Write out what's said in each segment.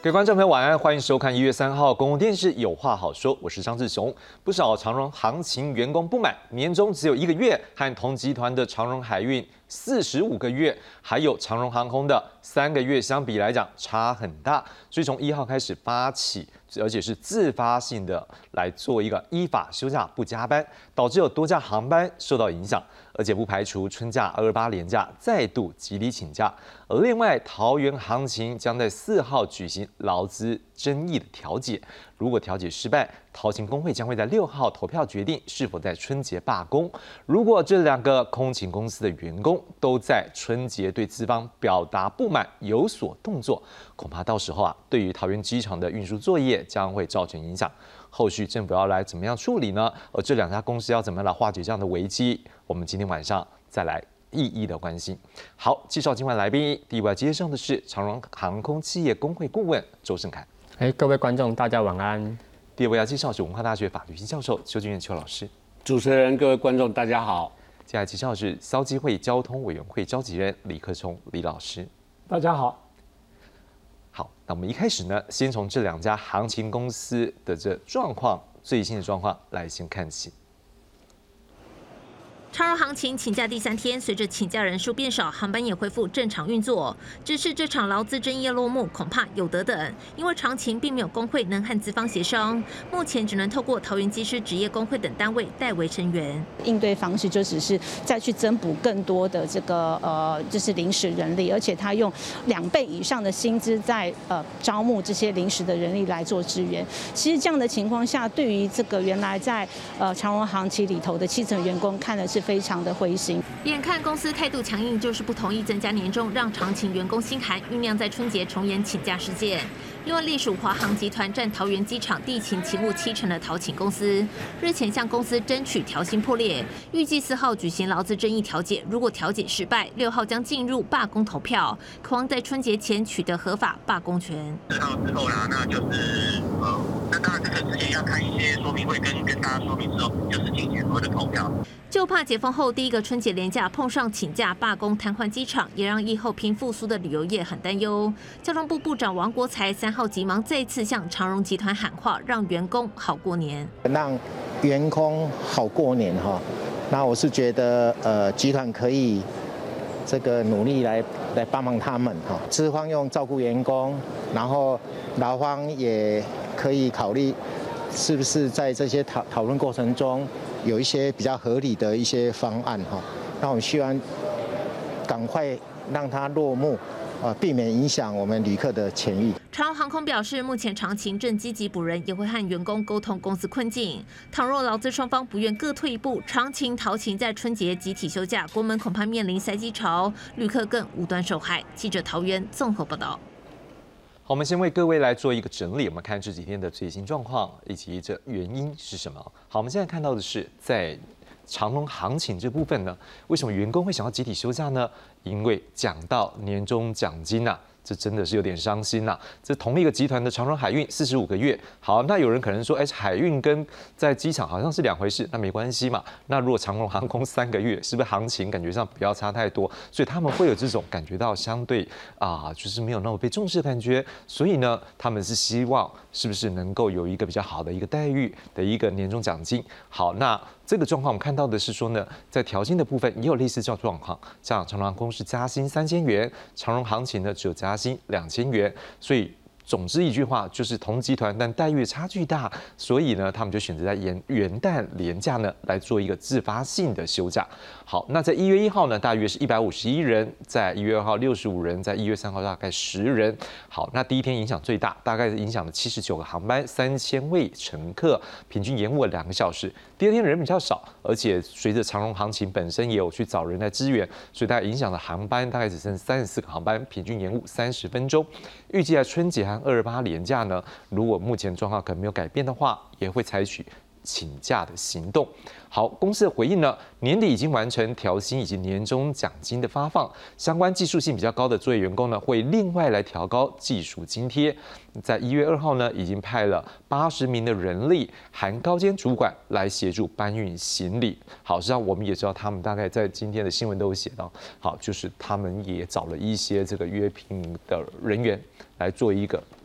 各位观众朋友，晚安，欢迎收看1月3号公共电视《有话好说》，我是张志雄。不少长荣行情员工不满，年终只有1个月，和同集团的长荣海运45个月，还有长荣航空的3个月相比来讲差很大，所以从1号开始发起，而且是自发性的来做一个依法休假不加班，导致有多架航班受到影响，而且不排除春假228连假再度集体请假。而另外，桃园行情将在4号举行劳资争议的调解，如果调解失败，桃勤工会将会在6号投票决定是否在春节罢工。如果这2个空勤公司的员工都在春节对资方表达不满，有所动作，恐怕到时候对于桃园机场的运输作业将会造成影响。后续政府要来怎么样处理呢？而这2家公司要怎么样来化解这样的危机？我们今天晚上再来一一的关心。好，介绍今晚来宾，第一位接上的是长荣航空企业工会顾问周胜凯。 各位观众，大家晚安。 第二位要介绍是文化大学法律系教授邱俊彦邱老师。 主持人、各位观众，大家好。 接下来介绍是消基会交通委员会召集人李克聪李老师。 大家好。 好，那我们一开始呢，先从这2家航勤公司的这状况最新的状况来先看起。 长荣行情请假第3天，随着请假人数变少，航班也恢复正常运作。只是这场劳资争议落幕，恐怕有得等，因为长勤并没有工会能和资方协商，目前只能透过桃园机师职业工会等单位代为成员。 应对方式就只是再去增补更多的这个就是临时人力，而且他用2倍以上的薪资在招募这些临时的人力来做支援。其实这样的情况下，对于这个原来在长荣航期里头的基层员工看的是非常的灰心。 眼看公司态度强硬，就是不同意增加年终，让长勤员工心寒，酝酿在春节重演请假事件。另外，隶属华航集团占桃园机场地勤勤务70%的桃勤公司，日前向公司争取调薪破裂，预计4号举行劳资争议调解，如果调解失败，6号将进入罢工投票，渴望在春节前取得合法罢工权。 4号之后啦，那就是那当然这个之前要开一些说明会，跟大家说明之后，就是进行所谓的投票。 就怕解封后第一个春节连假碰上请假罢工瘫痪机场，也让疫后拼复苏的旅游业很担忧。交通部部长王国材3号急忙再次向长荣集团喊话，让员工好过年， 让员工好过年哈。那我是觉得集团可以这个努力来帮忙他们哈。资方用照顾员工，然后劳方也可以考虑是不是在这些讨论过程中有一些比较合理的一些方案哈。那我们希望赶快让它落幕，避免影响我们旅客的权益。 长荣航空表示，目前长勤正积极补人，也会和员工沟通公司困境。倘若劳资双方不愿各退一步，长勤、桃勤在春节集体休假，国门恐怕面临塞机潮，旅客更无端受害。记者桃园综合报道。 好，我们先为各位来做一个整理，我们看这几天的最新状况以及这原因是什么。好，我们现在看到的是在长荣行情这部分呢，为什么员工会想要集体休假呢？因为讲到年终奖金这真的是有点伤心这同一个集团的长荣海运45个月，好，那有人可能说，海运跟在机场好像是2回事，那没关系嘛。那如果长荣航空3个月，是不是行情感觉上不要差太多？所以他们会有这种感觉到相对就是没有那么被重视的感觉。所以呢，他们是希望是不是能够有一个比较好的一个待遇的一个年终奖金。好，那这个状况我们看到的是说呢，在调薪的部分也有类似这种状况，像长荣航空是加薪3000元，长荣行情呢只有加薪2000元，所以总之一句话就是同集团但待遇差距大，所以呢他们就选择在元旦连假呢来做一个自发性的休假。好，那在1月1号呢大约是151人，在1月2号65人，在1月3号大概10人。好，那第一天影响最大，大概影响了79个航班，3000位乘客，平均延误了2个小时。第2天人比较少，而且随着长荣航情本身也有去找人来支援，所以大概影响的航班大概只剩34个航班，平均延误30分钟。预计在春节和228连假呢，如果目前状况可能没有改变的话，也会采取请假的行动。好，公司的回应呢，年底已经完成调薪以及年终奖金的发放，相关技术性比较高的作业员工呢，会另外来调高技术津贴。在1月2号呢，已经派了80名的人力，含高阶主管来协助搬运行李。好，实际上我们也知道，他们大概在今天的新闻都有写到，好，就是他们也找了一些这个约聘的人员来做一个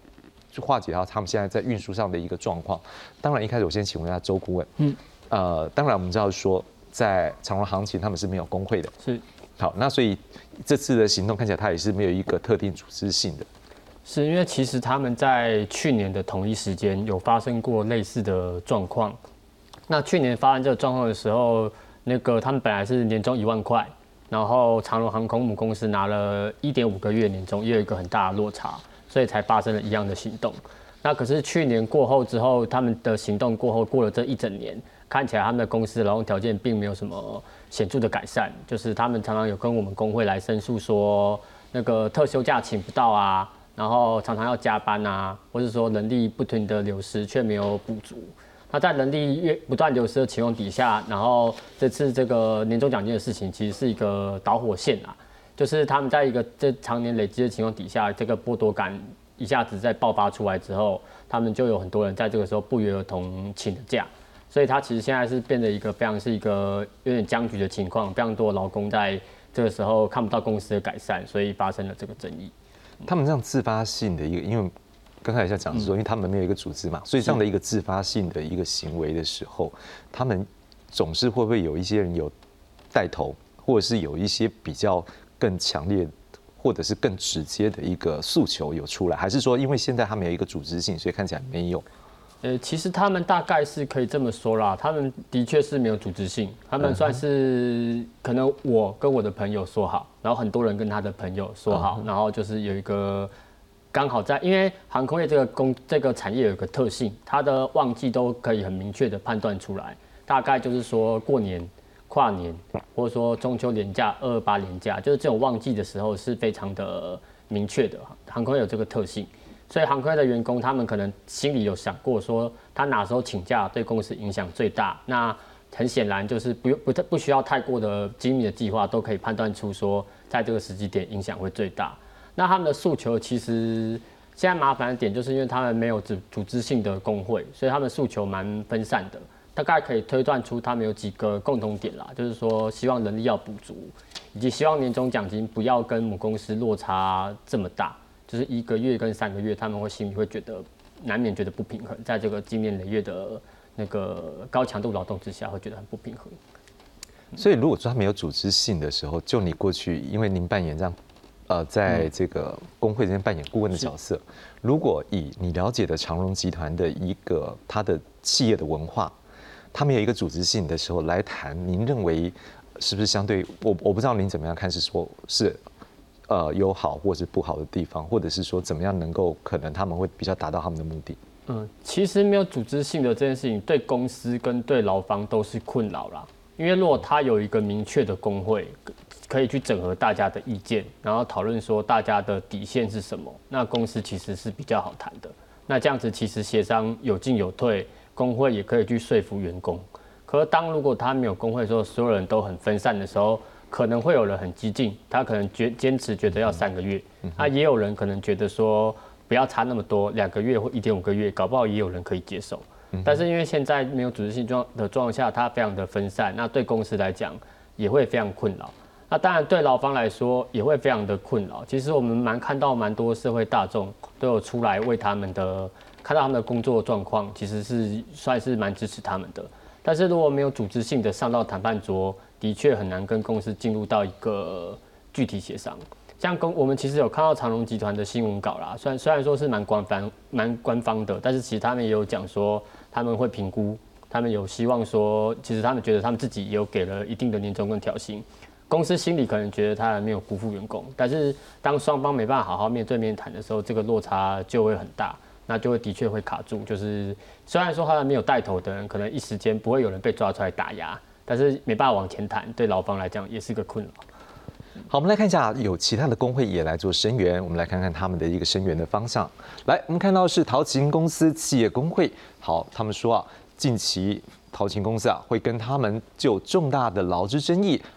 化解到他们现在在运输上的一个状况。当然，一开始我先请问一下周顾问，当然我们知道说，在长荣航勤他们是没有工会的， 是。 好，那所以这次的行动看起来它也是没有一个特定组织性的。 是因为其实他们在去年的同一时间有发生过类似的状况。那去年发生这个状况的时候，他们本来是年终1万块，然后长荣航空母公司拿了1.5个月年终，也有一个很大的落差，所以才发生了一样的行动。那可是去年过后之后，他们的行动过后过了这一整年，看起来他们的公司的劳动条件并没有什么显著的改善，就是他们常常有跟我们工会来申诉说，特休假请不到啊，然后常常要加班啊，或者说人力不停的流失却没有补足。那在人力不断流失的情况底下，然后这次这个年终奖金的事情其实是一个导火线啊，就是他们在一个这常年累积的情况底下，这个剥夺感一下子在爆发出来之后，他们就有很多人在这个时候不约而同请了假。所以它其实现在是变得一个有点僵局的情况，非常多劳工在这个时候看不到公司的改善，所以发生了这个争议。 他们这样自发性的一个，因为刚才在讲说，因为他们没有一个组织嘛，所以这样的一个自发性的一个行为的时候，他们总是会不会有一些人有带头，或者是有一些比较更强烈，或者是更直接的一个诉求有出来，还是说因为现在他们有一个组织性，所以看起来没有？ 其实他们大概是可以这么说啦，他们的确是没有组织性，他们算是可能我跟我的朋友说好，然后很多人跟他的朋友说好，然后就是有一个刚好因为航空业这个产业有一个特性，它的旺季都可以很明确的判断出来，大概就是说过年、跨年，或者说中秋连假、228连假，就是这种旺季的时候是非常的明确的，航空业有这个特性。所以航空业的员工，他们可能心里有想过，说他哪时候请假对公司影响最大。那很显然就是不需要太过的精密的计划，都可以判断出说，在这个时机点影响会最大。那他们的诉求其实现在麻烦的点，就是因为他们没有组织性的工会，所以他们诉求蛮分散的。大概可以推断出他们有几个共同点啦，就是说希望人力要补足，以及希望年终奖金不要跟母公司落差这么大。就是1个月跟3个月，他们心里会难免觉得不平衡，在这个经年累月的高强度劳动之下，会觉得很不平衡。 所以如果说他没有组织性的时候，就你过去，因为您扮演这样，在这个工会这边扮演顾问的角色，如果以你了解的长荣集团的一个它的企业的文化，他们有一个组织性的时候来谈，您认为是不是相对我不知道您怎么样看，是说是。有好或是不好的地方，或者是说怎么样能够可能他们会比较达到他们的目的。 其实没有组织性的这件事情，对公司跟对劳方都是困扰啦。因为如果他有一个明确的工会，可以去整合大家的意见，然后讨论说大家的底线是什么，那公司其实是比较好谈的。那这样子其实协商有进有退，工会也可以去说服员工。可是如果他没有工会的时候，所有人都很分散的时候，可能会有人很激进，他可能坚持觉得要3个月，也有人可能觉得说不要差那么多，2个月或1.5个月，搞不好也有人可以接受。但是因为现在没有组织性的状况下，它非常的分散，那对公司来讲也会非常困扰。那当然对劳方来说也会非常的困扰。其实我们看到蛮多社会大众都有出来为看到他们的工作状况，其实是算是蛮支持他们的。但是如果没有组织性的上到谈判桌，的确很难跟公司进入到一个具体协商。像我们其实有看到长荣集团的新闻稿啦，虽然说是蛮官方的，但是其实他们也有讲说他们会评估，他们有希望说，其实他们觉得他们自己也有给了一定的年终跟调薪，公司心里可能觉得他没有辜负员工，但是当双方没办法好好面对面谈的时候，这个落差就会很大。那就会的确会卡住，就是虽然说他没有带头的人，可能一时间不会有人被抓出来打压，但是没办法往前谈，对劳方来讲也是个困扰。 好，我们来看一下，有其他的工会也来做声援，我们来看看他们的一个声援的方向。来，我们看到是陶勤公司企业工会，好，他们说近期陶勤公司会跟他们就重大的劳资争议，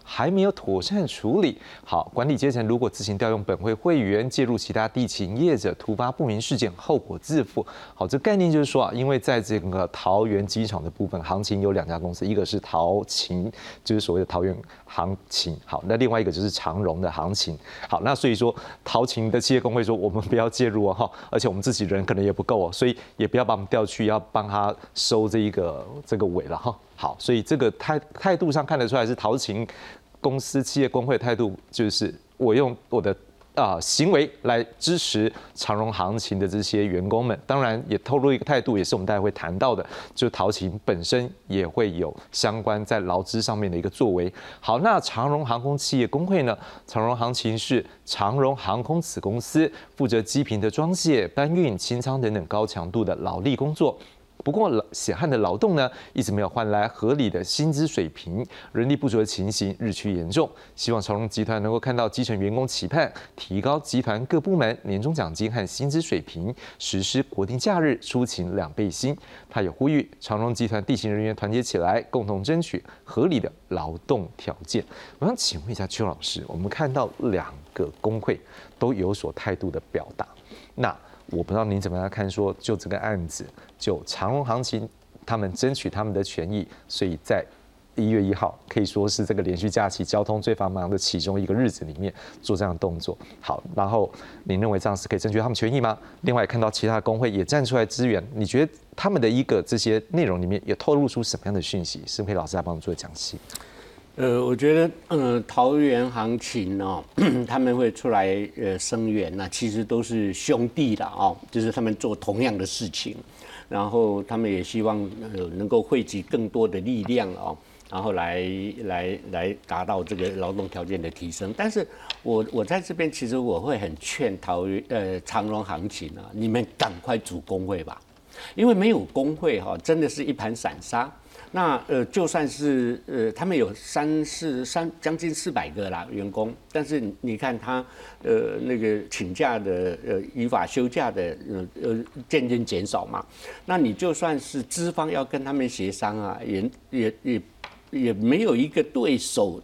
还没有妥善处理。好，管理阶层如果自行调用本会会员介入其他地勤业者突发不明事件，后果自负。好，这概念就是说啊，因为在这个桃园机场的部分，航勤有2家公司，一个是桃勤，就是所谓的桃园航勤，好，那另外一个就是长荣的航勤。好，那所以说桃勤的企业工会说，我们不要介入哦，而且我们自己人可能也不够哦，所以也不要把我们调去，要帮他收这个尾了哈。好，所以这个态度上看得出来是桃勤公司企业工会的态度，就是我用我的行为来支持长荣航勤的这些员工们，当然也透露一个态度，也是我们待会会谈到的，就是桃勤本身也会有相关在劳资上面的一个作为。好，那长荣航空企业工会呢？长荣航勤是长荣航空子公司，负责机坪的装卸、搬运、清仓等等高强度的劳力工作。不过，血汗的劳动呢，一直没有换来合理的薪资水平，人力不足的情形日趋严重。希望长荣集团能够看到基层员工期盼，提高集团各部门年终奖金和薪资水平，实施国定假日出勤2倍薪。他也呼吁长荣集团地勤人员团结起来，共同争取合理的劳动条件。我想请问一下邱老师，我们看到2个工会都有所态度的表达，那我不知道您怎么样看说，就这个案子，就长荣航勤他们争取他们的权益，所以在1月1号可以说是这个连续假期交通最繁忙的其中一个日子里面做这样的动作。好，然后您认为这样是可以争取他们权益吗？另外看到其他工会也站出来支援，你觉得他们的一个这些内容里面也透露出什么样的讯息？是不是可以老师来帮我们做讲析？ 我觉得桃园航勤哦，他们会出来声援呐，其实都是兄弟啦哦，就是他们做同样的事情，然后他们也希望能够汇集更多的力量哦，然后来达到这个劳动条件的提升。但是我在这边其实我会很劝长荣航勤啊，你们赶快组工会吧，因为没有工会哈，真的是一盘散沙。那就算是他们有将近400个啦员工，但是你看他那个请假的依法休假的渐渐减少嘛，那你就算是资方要跟他们协商啊，也没有一个对手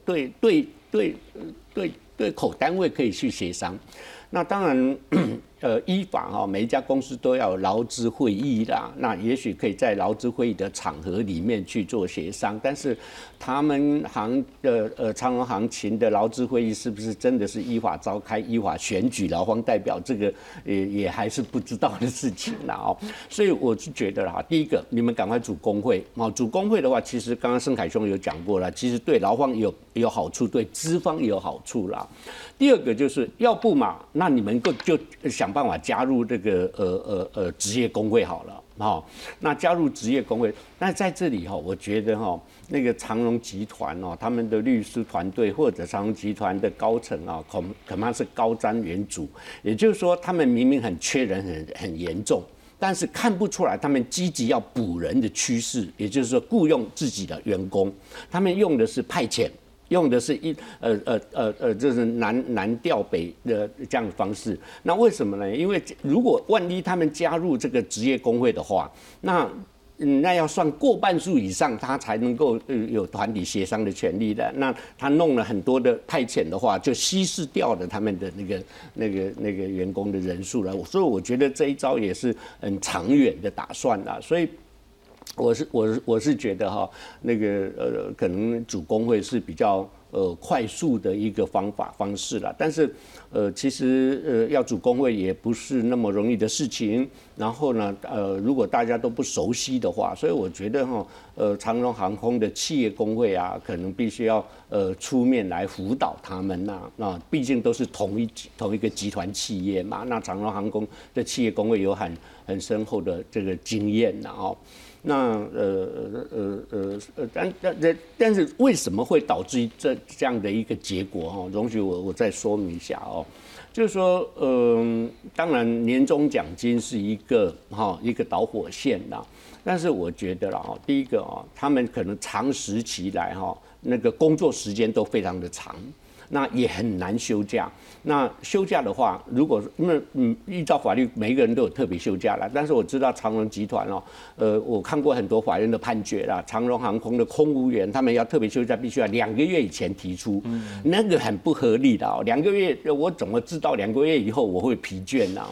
对口单位可以去协商。那当然，依法哈，每一家公司都要有劳资会议啦。那也许可以在劳资会议的场合里面去做协商，但是他们长荣航勤的劳资会议是不是真的是依法召开、依法选举劳方代表？这个也还是不知道的事情啦哦。所以我是觉得啦，第一个，你们赶快组工会哦。组工会的话，其实刚刚盛凯兄有讲过了，其实对劳方有好处，对资方也有好处啦。第二个就是要不嘛，那你们就想办法加入这个职业工会好了，哈。那加入职业工会，那在这里哈，我觉得哈，那个长荣集团哦，他们的律师团队或者长荣集团的高层啊，恐怕是高瞻远瞩。也就是说，他们明明很缺人很严重，但是看不出来他们积极要补人的趋势，也就是说雇佣自己的员工，他们用的是派遣。用的是就是南调北的这样的方式。那为什么呢？因为如果万一他们加入这个职业工会的话，那要算过半数以上，他才能够有团体协商的权利的。那他弄了很多的派遣的话，就稀释掉了他们的那个员工的人数了。所以我觉得这一招也是很长远的打算啦。所以。我是觉得哈，那个可能组工会是比较快速的一个方式啦。但是其实要组工会也不是那么容易的事情。然后呢如果大家都不熟悉的话，所以我觉得哈长荣航空的企业工会啊，可能必须要出面来辅导他们呐。那毕竟都是同一个集团企业嘛。那长荣航空的企业工会有很深厚的这个经验呐哦。那但是为什么会导致这样的一个结果哦？容许我再说明一下哦，就是说当然年终奖金是一个导火线啦，但是我觉得啦哦，第一个哦，他们可能长时期来哈那个工作时间都非常的长。 那也很难休假。那休假的话，如果依照法律，每一个人都有特别休假啦。但是我知道长荣集团我看过很多法院的判决啦，长荣航空的空务员他们要特别休假，必须要2个月以前提出，那个很不合理的2个月，我怎么知道2个月以后我会疲倦呢？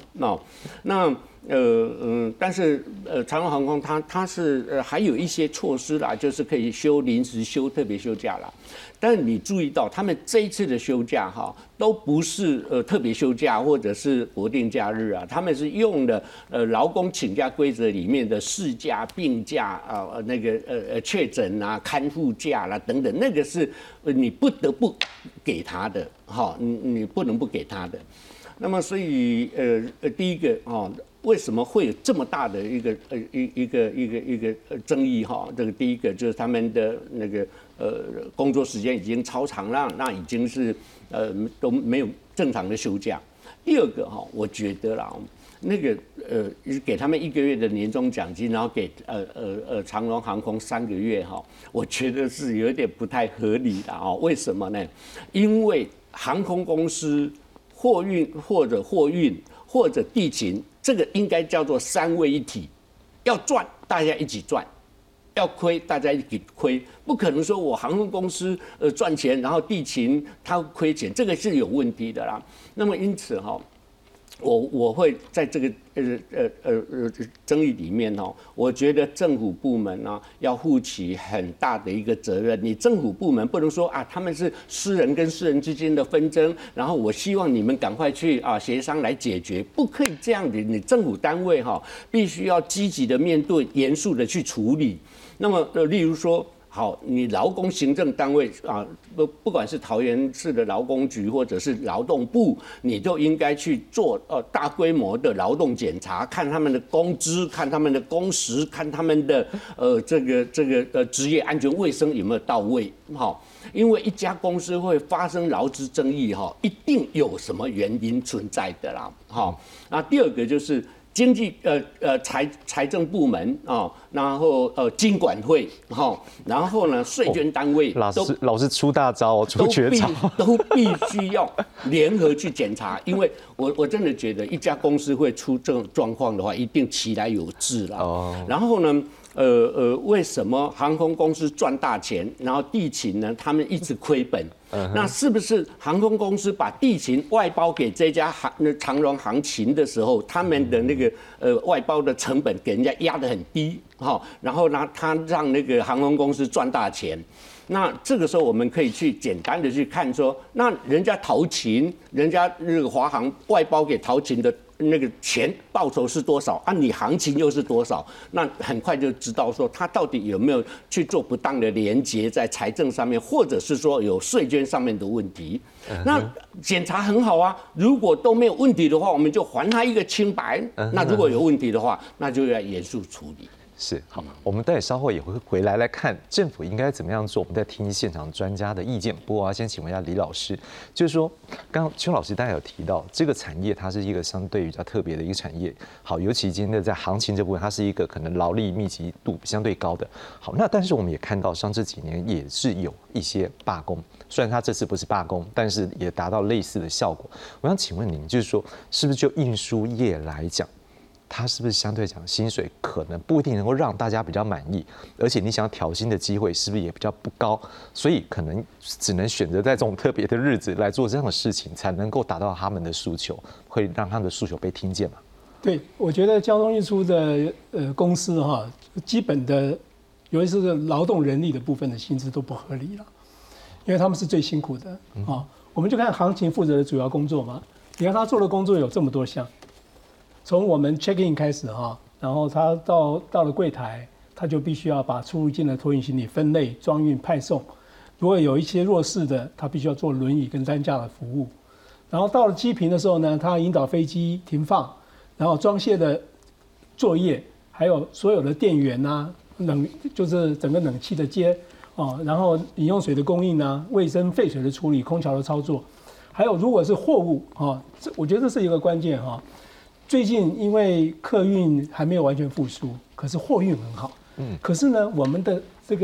但是长荣航空它是还有一些措施啦，就是可以休临时休、特别休假啦。但是你注意到，他们这一次的休假都不是特别休假或者是国定假日啊，他们是用了劳工请假规则里面的事假、病假那个确诊啊、看护假啦等等，那个是你不得不给他的，你不能不给他的。那么所以第一个为什么会有这么大的一个争议这个第一个就是他们的那个工作时间已经超长了，那已经是都没有正常的休假。第二个我觉得啦，那个给他们1个月的年终奖金，然后给长荣航空3个月我觉得是有点不太合理的为什么呢？因为航空公司货运或者地勤，这个应该叫做3位一体，要赚大家一起赚，要亏大家一起亏，不可能说我航空公司赚钱，然后地勤他亏钱，这个是有问题的啦。那么因此我会在这个争议里面我觉得政府部门要负起很大的一个责任。你政府部门不能说他们是私人跟私人之间的纷争，然后我希望你们赶快去协商来解决，不可以这样的。你政府单位必须要积极的面对，严肃的去处理。那么例如说。好，你劳工行政单位不管是桃园市的劳工局或者是劳动部，你都应该去做大规模的劳动检查，看他们的工资，看他们的工时，看他们的这个职业安全卫生有没有到位。因为一家公司会发生劳资争议一定有什么原因存在的啦。那第二个就是经济财政部门然后金管会然后呢税捐单位老是出大招出绝招， 都必须要联合去检查，因为我真的觉得一家公司会出这种状况的话，一定其来有自啦。然后呢为什么航空公司赚大钱，然后地勤呢他们一直亏本？那是不是航空公司把地勤外包给这家长荣航勤的时候，他们的那个外包的成本给人家压得很低，然后呢他让那个航空公司赚大钱？那这个时候我们可以去简单的去看说，那人家桃勤，人家那个华航外包给桃勤的那个钱报酬是多少你行情又是多少？那很快就知道说他到底有没有去做不当的连结在财政上面，或者是说有税捐上面的问题。那检查很好啊，如果都没有问题的话，我们就还他一个清白。那如果有问题的话，那就要严肃处理。 是好，我们待会稍后也会回来看政府应该怎么样做。我们再听现场专家的意见。不过我要先请问一下李老师，就是说，刚刚邱老师大家有提到，这个产业它是一个相对比较特别的一个产业。好，尤其今天在行情这部分，它是一个可能劳力密集度相对高的。好，那但是我们也看到，像这几年也是有一些罢工，虽然它这次不是罢工，但是也达到类似的效果。我想请问您，就是说，是不是就运输业来讲？它是不是相对讲薪水可能不一定能够让大家比较满意，而且你想要调薪的机会是不是也比较不高？所以可能只能选择在这种特别的日子来做这样的事情，才能够达到他们的诉求，会让他们的诉求被听见嘛？ 对，我觉得交通运输的公司基本的尤其是劳动人力的部分的薪资都不合理了，因为他们是最辛苦的我们就看行情负责的主要工作嘛，你看他做的工作有这么多项。从我们 check in 开始然后他到了柜台，他就必须要把出入境的托运行李分类、装运、派送。如果有一些弱势的，他必须要做轮椅跟担架的服务。然后到了机坪的时候呢，他引导飞机停放，然后装卸的作业，还有所有的电源就是整个冷气的接然后饮用水的供应卫生废水的处理、空调的操作，还有如果是货物我觉得这是一个关键最近因为客运还没有完全复苏，可是货运很好。可是呢，我们的这个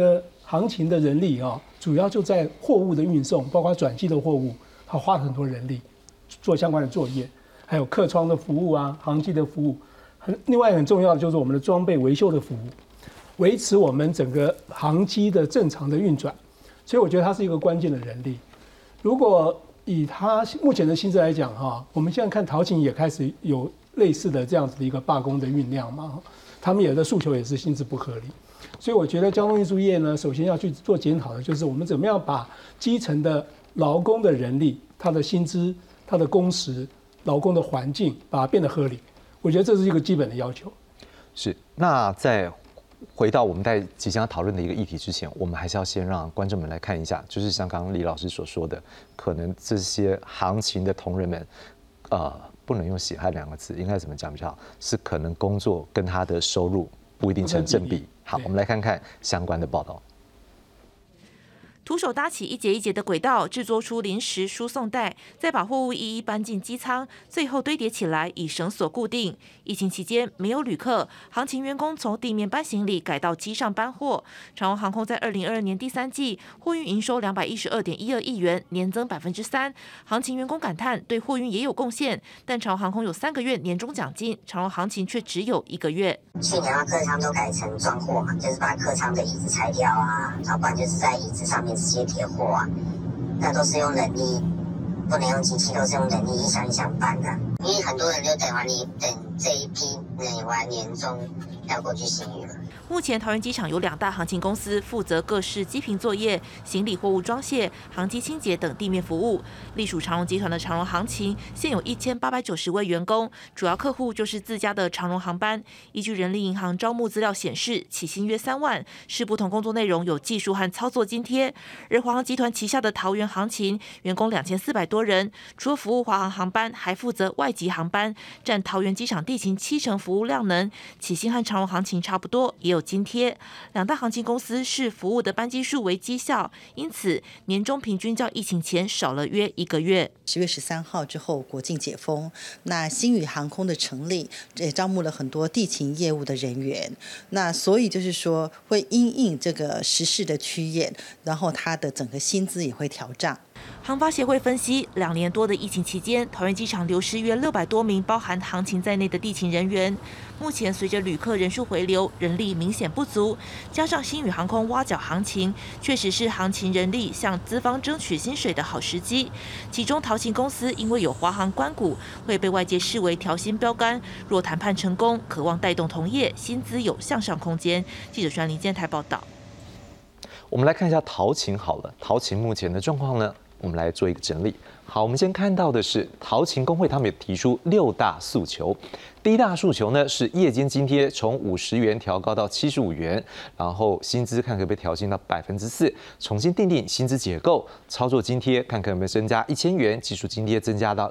航勤的人力啊，主要就在货物的运送，包括转机的货物，它花了很多人力做相关的作业，还有客舱的服务啊，航机的服务。另外很重要的就是我们的装备维修的服务，维持我们整个航机的正常的运转。所以我觉得它是一个关键的人力。如果以它目前的薪资来讲哈，我们现在看陶勤也开始有类似的这样子的一个罢工的酝酿嘛，他们有的诉求也是薪资不合理。所以我觉得交通运输业呢，首先要去做检讨的就是我们怎么样把基层的劳工的人力、他的薪资、他的工时、劳工的环境，把它变得合理。我觉得这是一个基本的要求。 是，那在回到我们在即将讨论的一个议题之前，我们还是要先让观众们来看一下，就是像刚刚李老师所说的，可能这些航勤的同仁们，不能用血汗2个字，应该怎么讲比较好？是可能工作跟他的收入不一定成正比。好，我们来看看相关的报道。 徒手搭起一节一节的轨道，制作出临时输送带，再把货物一一搬进机舱，最后堆叠起来，以绳索固定。疫情期间没有旅客，航勤员工从地面搬行李改到机上搬货。长荣航空在2022年第3季货运营收212.12亿元，年增3%。航勤员工感叹，对货运也有贡献，但长荣航空有3个月年终奖金，长荣航勤却只有1个月。 去年客舱都改成装货嘛，就是把客舱的椅子拆掉啊，要不然就是在椅子上面直接贴货啊，那都是用人力，不能用机器，都是用人力一箱一箱搬的。因为很多人就等这一批领完年终要过去新宇了。 目前桃园机场有2大航勤公司负责各式机坪作业、行李货物装卸、航机清洁等地面服务。隶属长荣集团的长荣航勤现有1890位员工，主要客户就是自家的长荣航班。依据人力银行招募资料显示，起薪约3万，是不同工作内容有技术和操作津贴。而华航集团旗下的桃园航勤员工2400多人，除了服务华航航班，还负责外籍航班，占桃园机场地勤70%服务量能，起薪和长荣航勤差不多，也有津贴。2大航勤公司视服务的班机数为绩效，因此年终平均较疫情前少了约1个月。 10月13号之后，国境解封，那星宇航空的成立也招募了很多地勤业务的人员。那所以就是说，会因应这个时事的趋严，然后它的整个薪资也会调涨。 航发协会分析，2年多的疫情期间，桃园机场流失约600多名包含航勤在内的地勤人员。目前随着旅客人数回流，人力明显不足，加上星宇航空挖角航勤，确实是航勤人力向资方争取薪水的好时机。其中陶勤公司因为有华航关股，会被外界视为调薪标杆。若谈判成功，渴望带动同业薪资有向上空间。记者专林监台报道。 我们来看一下陶勤好了，陶勤目前的状况呢？我们来做一个整理。好，我们先看到的是陶勤工会，他们也提出6大诉求。第一大诉求呢是夜间津贴从50元调高到75元，然后薪资看可不可以调薪到4%，重新订定薪资结构，操作津贴看可不可以增加1000元，技术津贴增加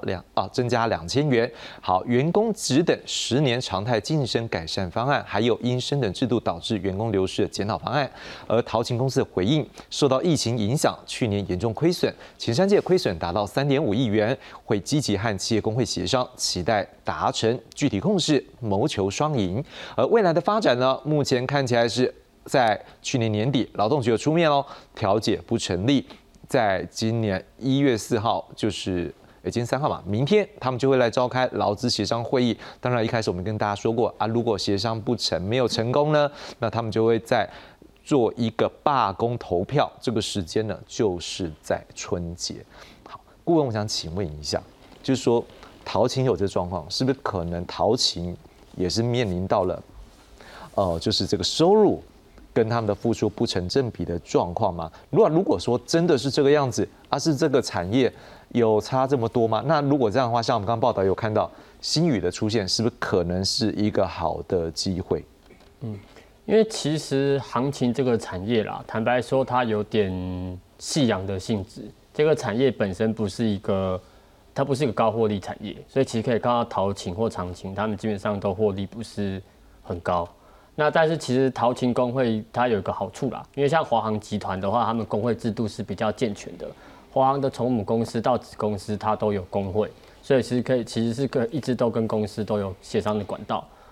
2000元。好，员工只等10年常态晋升改善方案，还有因升等制度导致员工流失的检讨方案。而陶勤公司的回应，受到疫情影响，去年严重亏损，前3届亏损达到3.5亿元，会积极和企业工会协商，期待达成具体共识，谋求双赢。而未来的发展呢，目前看起来是在去年年底，劳动局有出面哦，调解不成立，在今年1月4号，就是今天3号嘛，明天他们就会来召开劳资协商会议。当然，一开始我们跟大家说过啊，如果协商不成，没有成功呢，那他们就会在做一个罢工投票，这个时间呢，就是在春节。好，顾问，我想请问一下，就是说陶勤有这状况，是不是可能陶勤也是面临到了，就是这个收入跟他们的付出不成正比的状况吗？如果说真的是这个样子，是这个产业有差这么多吗？那如果这样的话，像我们刚刚报道有看到星宇的出现，是不是可能是一个好的机会？ 因为其实航勤这个产业啦，坦白说它有点夕阳的性质。这个产业本身不是一个高获利产业，所以其实可以看到陶勤或长勤，他们基本上都获利不是很高。那但是其实陶勤工会它有一个好处啦，因为像华航集团的话，他们工会制度是比较健全的。华航的从母公司到子公司，它都有工会，所以其实是一直都跟公司都有协商的管道。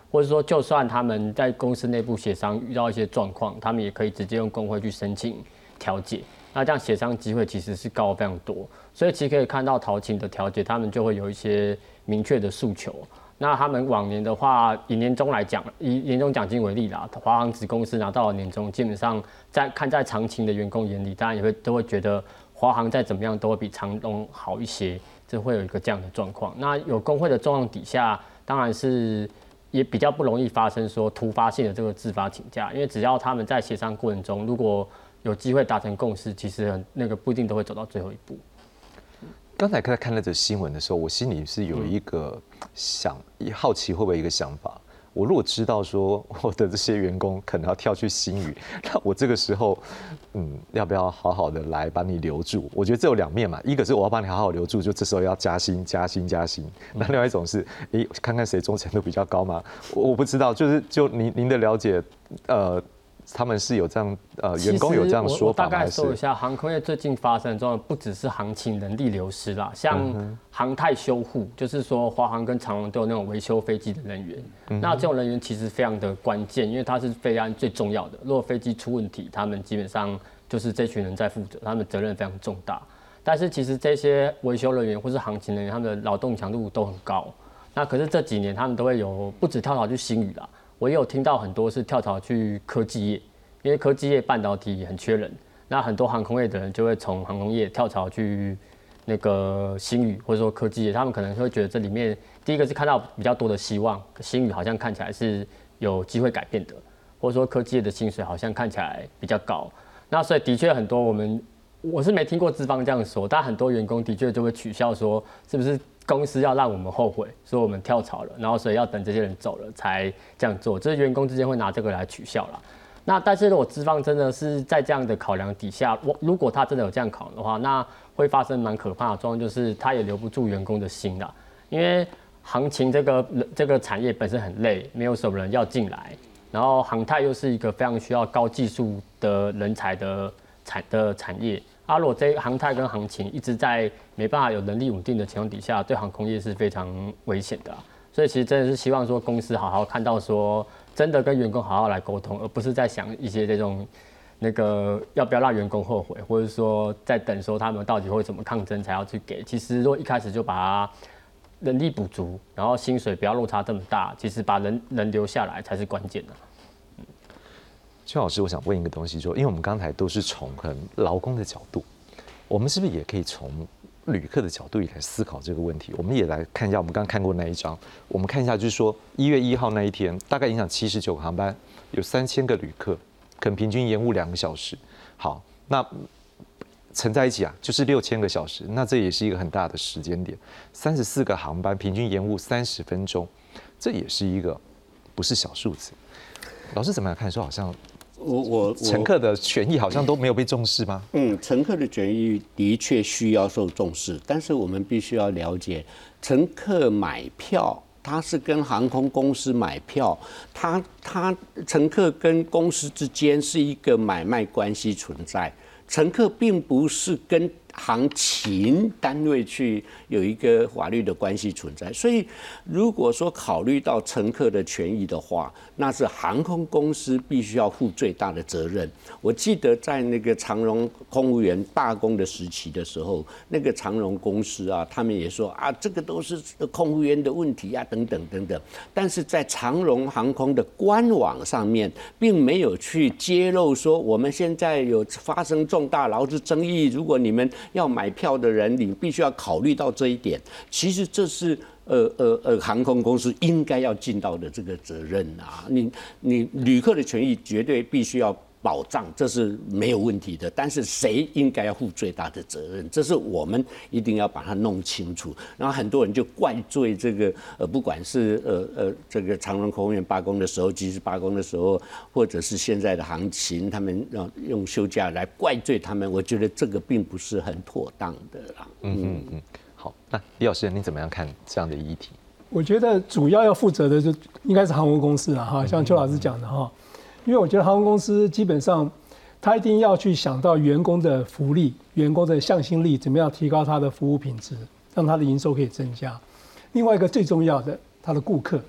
或者说就算他们在公司内部协商遇到一些状况，他们也可以直接用工会去申请调解。那这样协商机会其实是高非常多，所以其实可以看到陶勤的调解，他们就会有一些明确的诉求。那他们往年的话，以年终来讲，以年终奖金为例啦，华航子公司拿到了年终，基本上在长勤的员工眼里，当然都会觉得华航再怎么样都会比长荣好一些，这会有一个这样的状况。那有工会的状况底下，当然是也比较不容易发生说突发性的这个自发请假，因为只要他们在协商过程中，如果有机会达成共识，其实那个不一定都会走到最后一步。 刚才在看那则新闻的时候，我心里是有一个好奇会不会有一个想法，我如果知道说我的这些员工可能要跳去星宇，那我这个时候，要不要好好的来把你留住？我觉得这有两面嘛，一个是我要把你好好留住，就这时候要加薪。那另外一种是，看看谁忠诚度比较高嘛。我不知道，就您的了解，他们是有这样员工有这样说法吗？ 我大概说一下，航空业最近发生的状况不只是航勤人力流失啦，像航太修护，就是说华航跟长荣都有那种维修飞机的人员。那这种人员其实非常的关键，因为他是飞安最重要的。如果飞机出问题，他们基本上就是这群人在负责，他们责任非常重大。但是其实这些维修人员或是航勤人员，他们的劳动强度都很高。那可是这几年他们都会有不止跳槽去星宇啦。我也有听到很多是跳槽去科技业，因为科技业半导体很缺人，那很多航空业的人就会从航空业跳槽去那个星宇或者说科技业，他们可能会觉得这里面第一个是看到比较多的希望，星宇好像看起来是有机会改变的，或者说科技业的薪水好像看起来比较高，那所以的确很多我是没听过资方这样说，但很多员工的确就会取笑说是不是公司要让我们后悔，说我们跳槽了，然后所以要等这些人走了才这样做，这是员工之间会拿这个来取笑啦。那但是如果资方真的是在这样的考量底下，如果他真的有这样考量的话，那会发生蛮可怕的状况，就是他也留不住员工的心啦。因为航勤这个产业本身很累，没有什么人要进来，然后航太又是一个非常需要高技术的人才的产业。如果这航太跟航勤一直在没办法有能力稳定的情况底下，对航空业是非常危险的所以其实真的是希望说公司好好看到说，真的跟员工好好来沟通，而不是在想一些这种要不要让员工后悔，或者说在等说他们到底会怎么抗争才要去给。其实如果一开始就把它人力补足，然后薪水不要落差这么大，其实把人留下来才是关键的。 邱老师，我想问一个东西，因为我们刚才都是从劳工的角度，我们是不是也可以从旅客的角度也来思考这个问题？我们也来看一下，我们刚刚看过那一张，我们看一下，就是说1月1号那一天，大概影响79个航班，有3000个旅客，可能平均延误2个小时。好，那乘在一起就是6000个小时，那这也是一个很大的时间点。34个航班，平均延误30分钟，这也是一个不是小数字。老师怎么样看？说好像乘客的权益好像都没有被重视吗？ 乘客的权益的确需要受重视，但是我们必须要了解，乘客买票，他是跟航空公司买票，他乘客跟公司之间是一个买卖关系存在，乘客并不是跟航勤单位去有一个法律的关系存在，所以如果说考虑到乘客的权益的话，那是航空公司必须要负最大的责任。我记得在那个长荣空务员罢工的时期的时候，那个长荣公司他们也说这个都是空务员的问题等等等等。但是在长荣航空的官网上面，并没有去揭露说我们现在有发生重大劳资争议，如果你们要买票的人，你必须要考虑到这一点。其实这是航空公司应该要尽到的这个责任你旅客的权益绝对必须要保障，这是没有问题的。但是谁应该要负最大的责任，这是我们一定要把它弄清楚。然后很多人就怪罪这个不管是这个长荣空务员罢工的时候，即使罢工的时候，或者是现在的航勤，他们用休假来怪罪他们，我觉得这个并不是很妥当的啦。 好，那李老师，你怎么样看这样的议题？ 我觉得主要负责的就应该是航空公司了像邱老师讲的因为我觉得航空公司基本上，他一定要去想到员工的福利、员工的向心力，怎么样提高他的服务品质，让他的营收可以增加。另外一个最重要的，他的顾客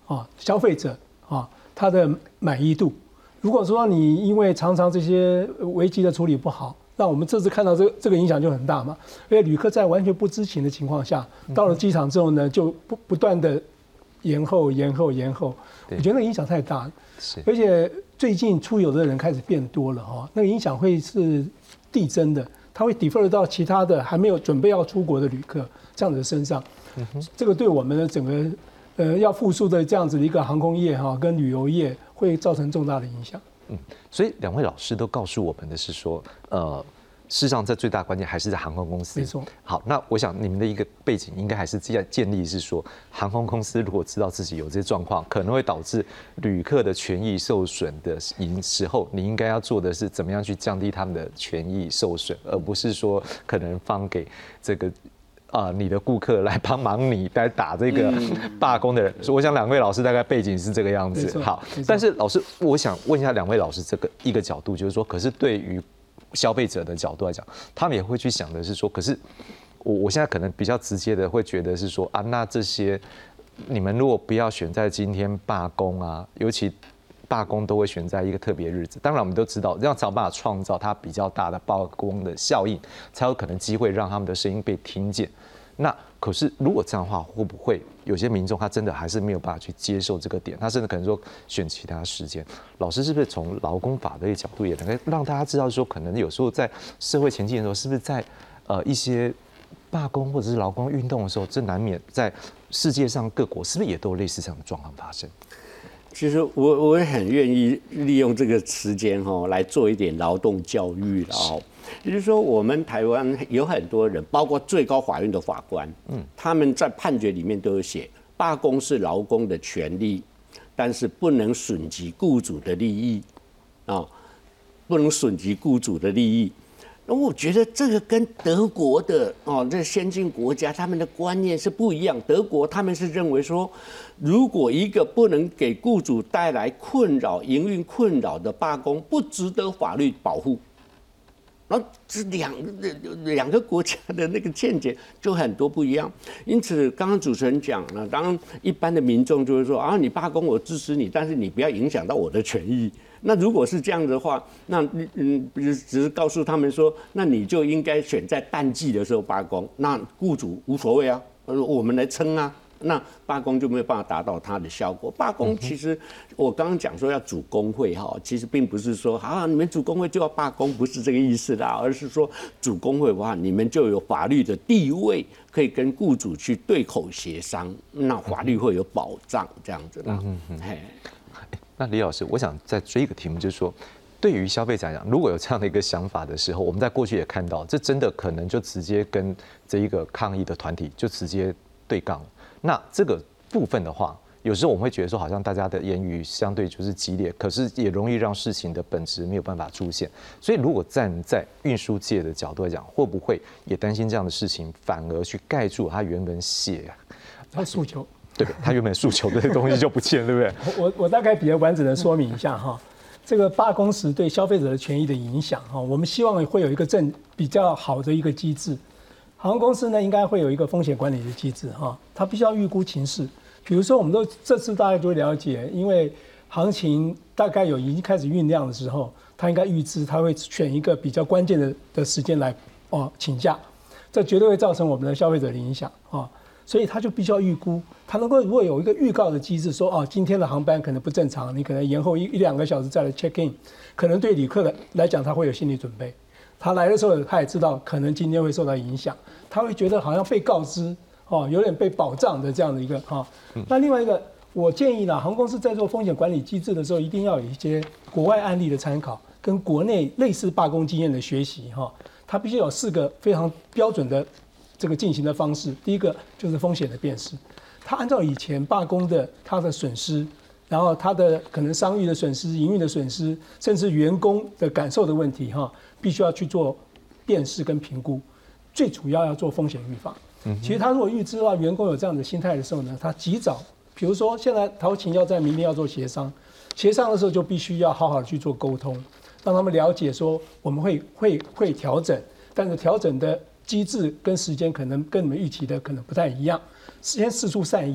消费者他的满意度。如果说你因为常常这些危机的处理不好，那我们这次看到这个影响就很大嘛。因为旅客在完全不知情的情况下，到了机场之后呢，就不断的延后，我觉得那影响太大了。而且最近出游的人开始变多了那个影响会是递增的，它会 defer 到其他的还没有准备要出国的旅客这样子的身上。这个对我们的整个要复苏的这样子的一个航空业跟旅游业会造成重大的影响。 所以两位老师都告诉我们的是说，事实上这最大关键还是在航空公司。 没错。 好，那我想你们的一个背景应该还是建立是说，航空公司如果知道自己有这些状况，可能会导致旅客的权益受损的时候，你应该要做的是怎么样去降低他们的权益受损，而不是说可能放给这个。你的顾客来帮忙你来打这个罢工的人，所以我想两位老师大概背景是这个样子。好，但是老师，我想问一下两位老师这个一个角度，就是说，可是对于消费者的角度来讲，他们也会去想的是说，可是我现在可能比较直接的会觉得是说那这些你们如果不要选在今天罢工尤其罢工都会选在一个特别日子，当然我们都知道，这样才有办法创造它比较大的罢工的效应，才有可能机会让他们的声音被听见。那可是如果这样的话，会不会有些民众他真的还是没有办法去接受这个点？他甚至可能说选其他时间。老师是不是从劳工法的一个角度也能够让大家知道说，可能有时候在社会前进的时候，是不是在一些罢工或者是劳工运动的时候，这难免在世界上各国是不是也都有类似这样的状况发生？ 其实我也很愿意利用这个时间来做一点劳动教育了也就是说，我们台湾有很多人，包括最高法院的法官，他们在判决里面都有写，罢工是劳工的权利，但是不能损及雇主的利益不能损及雇主的利益。那我觉得这个跟德国的这先进国家他们的观念是不一样。德国他们是认为说，如果一个不能给雇主带来困扰、营运困扰的罢工，不值得法律保护。然后这两个国家的那个见解就很多不一样。因此，刚刚主持人讲了，当然一般的民众就会说你罢工我支持你，但是你不要影响到我的权益。那如果是这样的话，那只是告诉他们说，那你就应该选在淡季的时候罢工，那雇主无所谓我们来撑那罢工就没有办法达到它的效果。罢工其实我刚刚讲说要组工会其实并不是说你们组工会就要罢工，不是这个意思啦，而是说组工会的话，你们就有法律的地位，可以跟雇主去对口协商，那法律会有保障这样子啦。 那李老师，我想再追一个题目，就是说，对于消费者来讲，如果有这样的一个想法的时候，我们在过去也看到，这真的可能就直接跟这一个抗议的团体就直接对杠了。那这个部分的话，有时候我们会觉得说，好像大家的言语相对就是激烈，可是也容易让事情的本质没有办法出现。所以，如果站在运输界的角度来讲，会不会也担心这样的事情，反而去盖住他原本他诉求？ 对，他原本诉求的东西就不见，对不对？我大概比较完整的说明一下这个罢工时对消费者的权益的影响我们希望会有一个比较好的一个机制。航空公司呢，应该会有一个风险管理的机制它必须要预估情势。比如说，我们这次大概就会了解，因为行情大概已经开始酝酿的时候，他应该预知他会选一个比较关键的时间来请假，这绝对会造成我们的消费者的影响所以他就必须要预估，他能够如果有一个预告的机制，说今天的航班可能不正常，你可能延后一两个小时再来 check in， 可能对旅客来讲他会有心理准备。他来的时候，他也知道可能今天会受到影响，他会觉得好像被告知有点被保障的这样的一个那另外一个，我建议航空公司在做风险管理机制的时候，一定要有一些国外案例的参考，跟国内类似罢工经验的学习它必须有4个非常标准的这个进行的方式。第一个就是风险的辨识，他按照以前罢工的他的损失，然后他的可能商誉的损失、营运的损失，甚至员工的感受的问题必须要去做辨识跟评估。最主要要做风险预防。其实他如果预知到员工有这样的心态的时候呢，他及早，比如说现在陶勤要在明天要做协商的时候，就必须要好好的去做沟通，让他们了解说我们会调整，但是调整的机制跟时间可能跟你们预期的可能不太一样，先释出善意。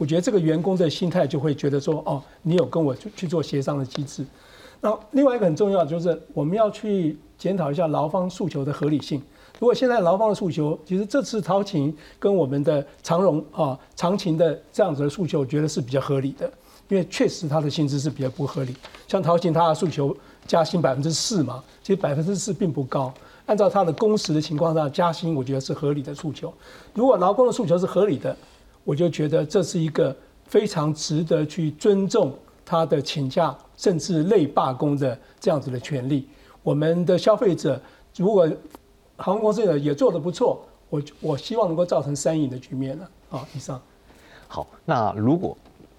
我觉得这个员工的心态就会觉得说，哦，你有跟我去做协商的机制。那另外一个很重要的就是我们要去检讨一下劳方诉求的合理性。如果现在劳方的诉求，其实这次陶勤跟我们的长勤的这样子的诉求，我觉得是比较合理的，因为确实他的薪资是比较不合理。像陶勤他的诉求加薪4%嘛，其实4%并不高。按照他的工时的情况下加薪，我觉得是合理的诉求。如果劳工的诉求是合理的，我就觉得这是一个非常值得去尊重他的请假甚至类罢工的这样子的权利。我们的消费者如果航空公司也做得不错，我希望能够造成3赢的局面了。好，以上。 好，那如果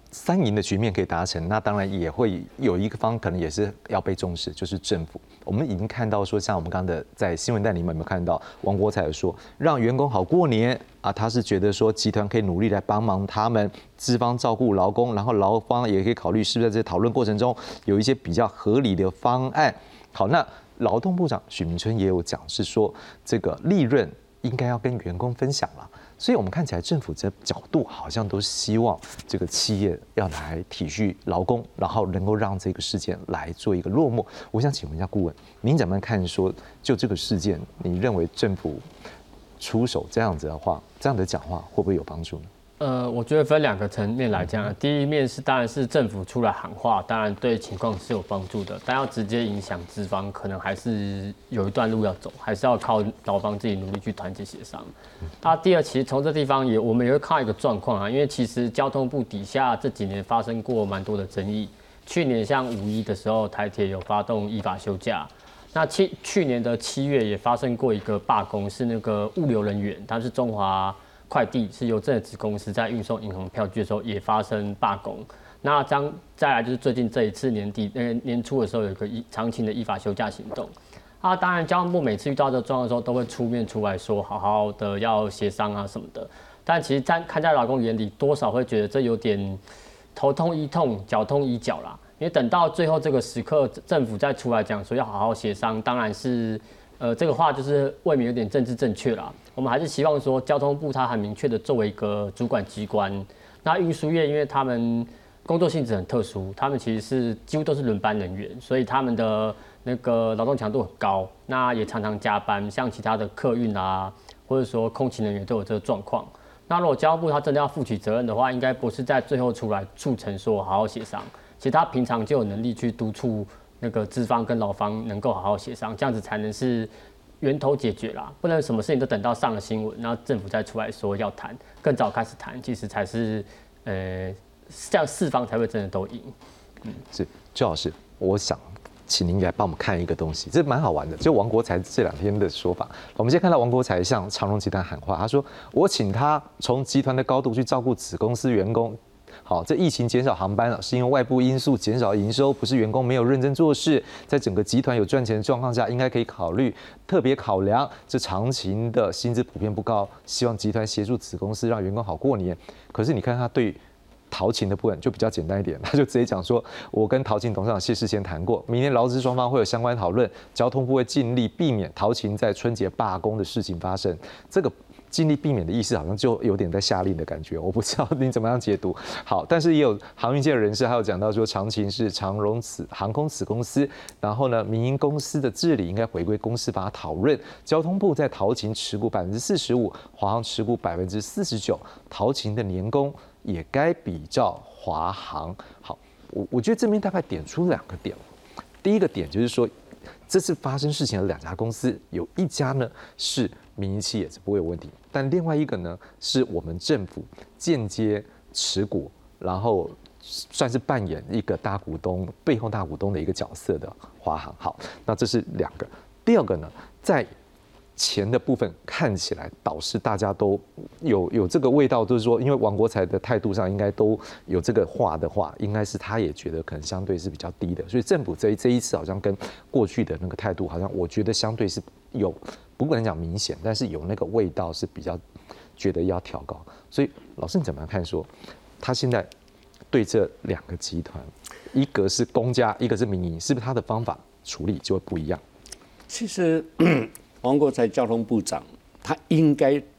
3赢的局面可以达成，那当然也会有一个方可能也是要被重视，就是政府。我们已经看到说，像我们刚刚的在新闻带里面有没有看到王国材说让员工好过年啊？他是觉得说集团可以努力来帮忙他们，资方照顾劳工，然后劳方也可以考虑是不是在这讨论过程中有一些比较合理的方案。好，那劳动部长许明春也有讲，是说这个利润应该要跟员工分享了。所以我们看起来政府这角度好像都希望这个企业要来体恤劳工，然后能够让这个事件来做一个落幕。我想请问一下顾问，您怎么看说就这个事件，你认为政府出手这样子的话，这样的讲话会不会有帮助呢？ 我觉得分2个层面来讲，第一面是当然是政府出来喊话，当然对情况是有帮助的，但要直接影响资方，可能还是有一段路要走，还是要靠劳方自己努力去团结协商。第二，其实从这地方我们也会看一个状况啊，因为其实交通部底下这几年发生过蛮多的争议。去年像5.1的时候，台铁有发动依法休假。那去年的7月也发生过一个罢工，是那个物流人员，他是中华快递是邮政的子公司，在运送银行票据的时候也发生罢工。那再来就是最近这一次年初的时候，有一个长期的依法休假行动。当然交通部每次遇到这个状况的时候，都会出来说好好的要协商啊什么的。但其实看在劳工眼里，多少会觉得这有点头痛医痛，脚痛医脚啦。因为等到最后这个时刻，政府再出来讲说要好好协商，当然是这个话就是未免有点政治正确啦。我们还是希望说，交通部它很明确的作为一个主管机关，那运输业因为他们工作性质很特殊，他们其实是几乎都是轮班人员，所以他们的那个劳动强度很高，那也常常加班，像其他的客运啊，或者说空勤人员都有这个状况。那如果交通部他真的要负起责任的话，应该不是在最后出来促成说好好协商，其实他平常就有能力去督促那个资方跟劳方能够好好协商，这样子才能是源头解决啦，不能什么事情都等到上了新闻，然后政府再出来说要谈，更早开始谈，其实才是这样4方才会真的都赢。 是周老师，我想请您来帮我们看一个东西，这蛮好玩的，就王国材这2天的说法。我们先看到王国材向长荣集团喊话，他说：“我请他从集团的高度去照顾子公司员工。”好，这疫情减少航班了，是因为外部因素减少营收，不是员工没有认真做事。在整个集团有赚钱的状况下，应该可以特别考量这长勤的薪资普遍不高，希望集团协助子公司让员工好过年。可是你看他对陶勤的部分就比较简单一点，他就直接讲说，我跟陶勤董事长谢世先谈过，明年劳资双方会有相关讨论，交通部会尽力避免陶勤在春节罢工的事情发生。这个尽力避免的意思好像就有点在下令的感觉，我不知道您怎么样解读。好，但是也有航运界的人士还有讲到说，长勤是长荣航空子公司，然后呢，民营公司的治理应该回归公司法讨论。交通部在陶勤持股45%，华航持股49%，陶勤的年工也该比照华航。好，我觉得这边大概点出2个点。第一个点就是说，这次发生事情的2家公司，有一家呢是民营企业，这不会有问题，但另外一个呢是我们政府间接持股，然后算是扮演一个大股东、背后大股东的一个角色的华航。好，那这是2个。第2个呢，在钱的部分看起来导致大家都有这个味道，就是说，因为王国材的态度上应该都有这个话的话，应该是他也觉得可能相对是比较低的，所以政府这一次好像跟过去的那个态度，好像我觉得相对是有，不能讲明显，但是有那个味道是比较觉得要调高。所以老师你怎么看说，他现在对这2个集团，一个是公家，一个是民营，是不是他的方法处理就会不一样？ 其实王国材交通部长他应该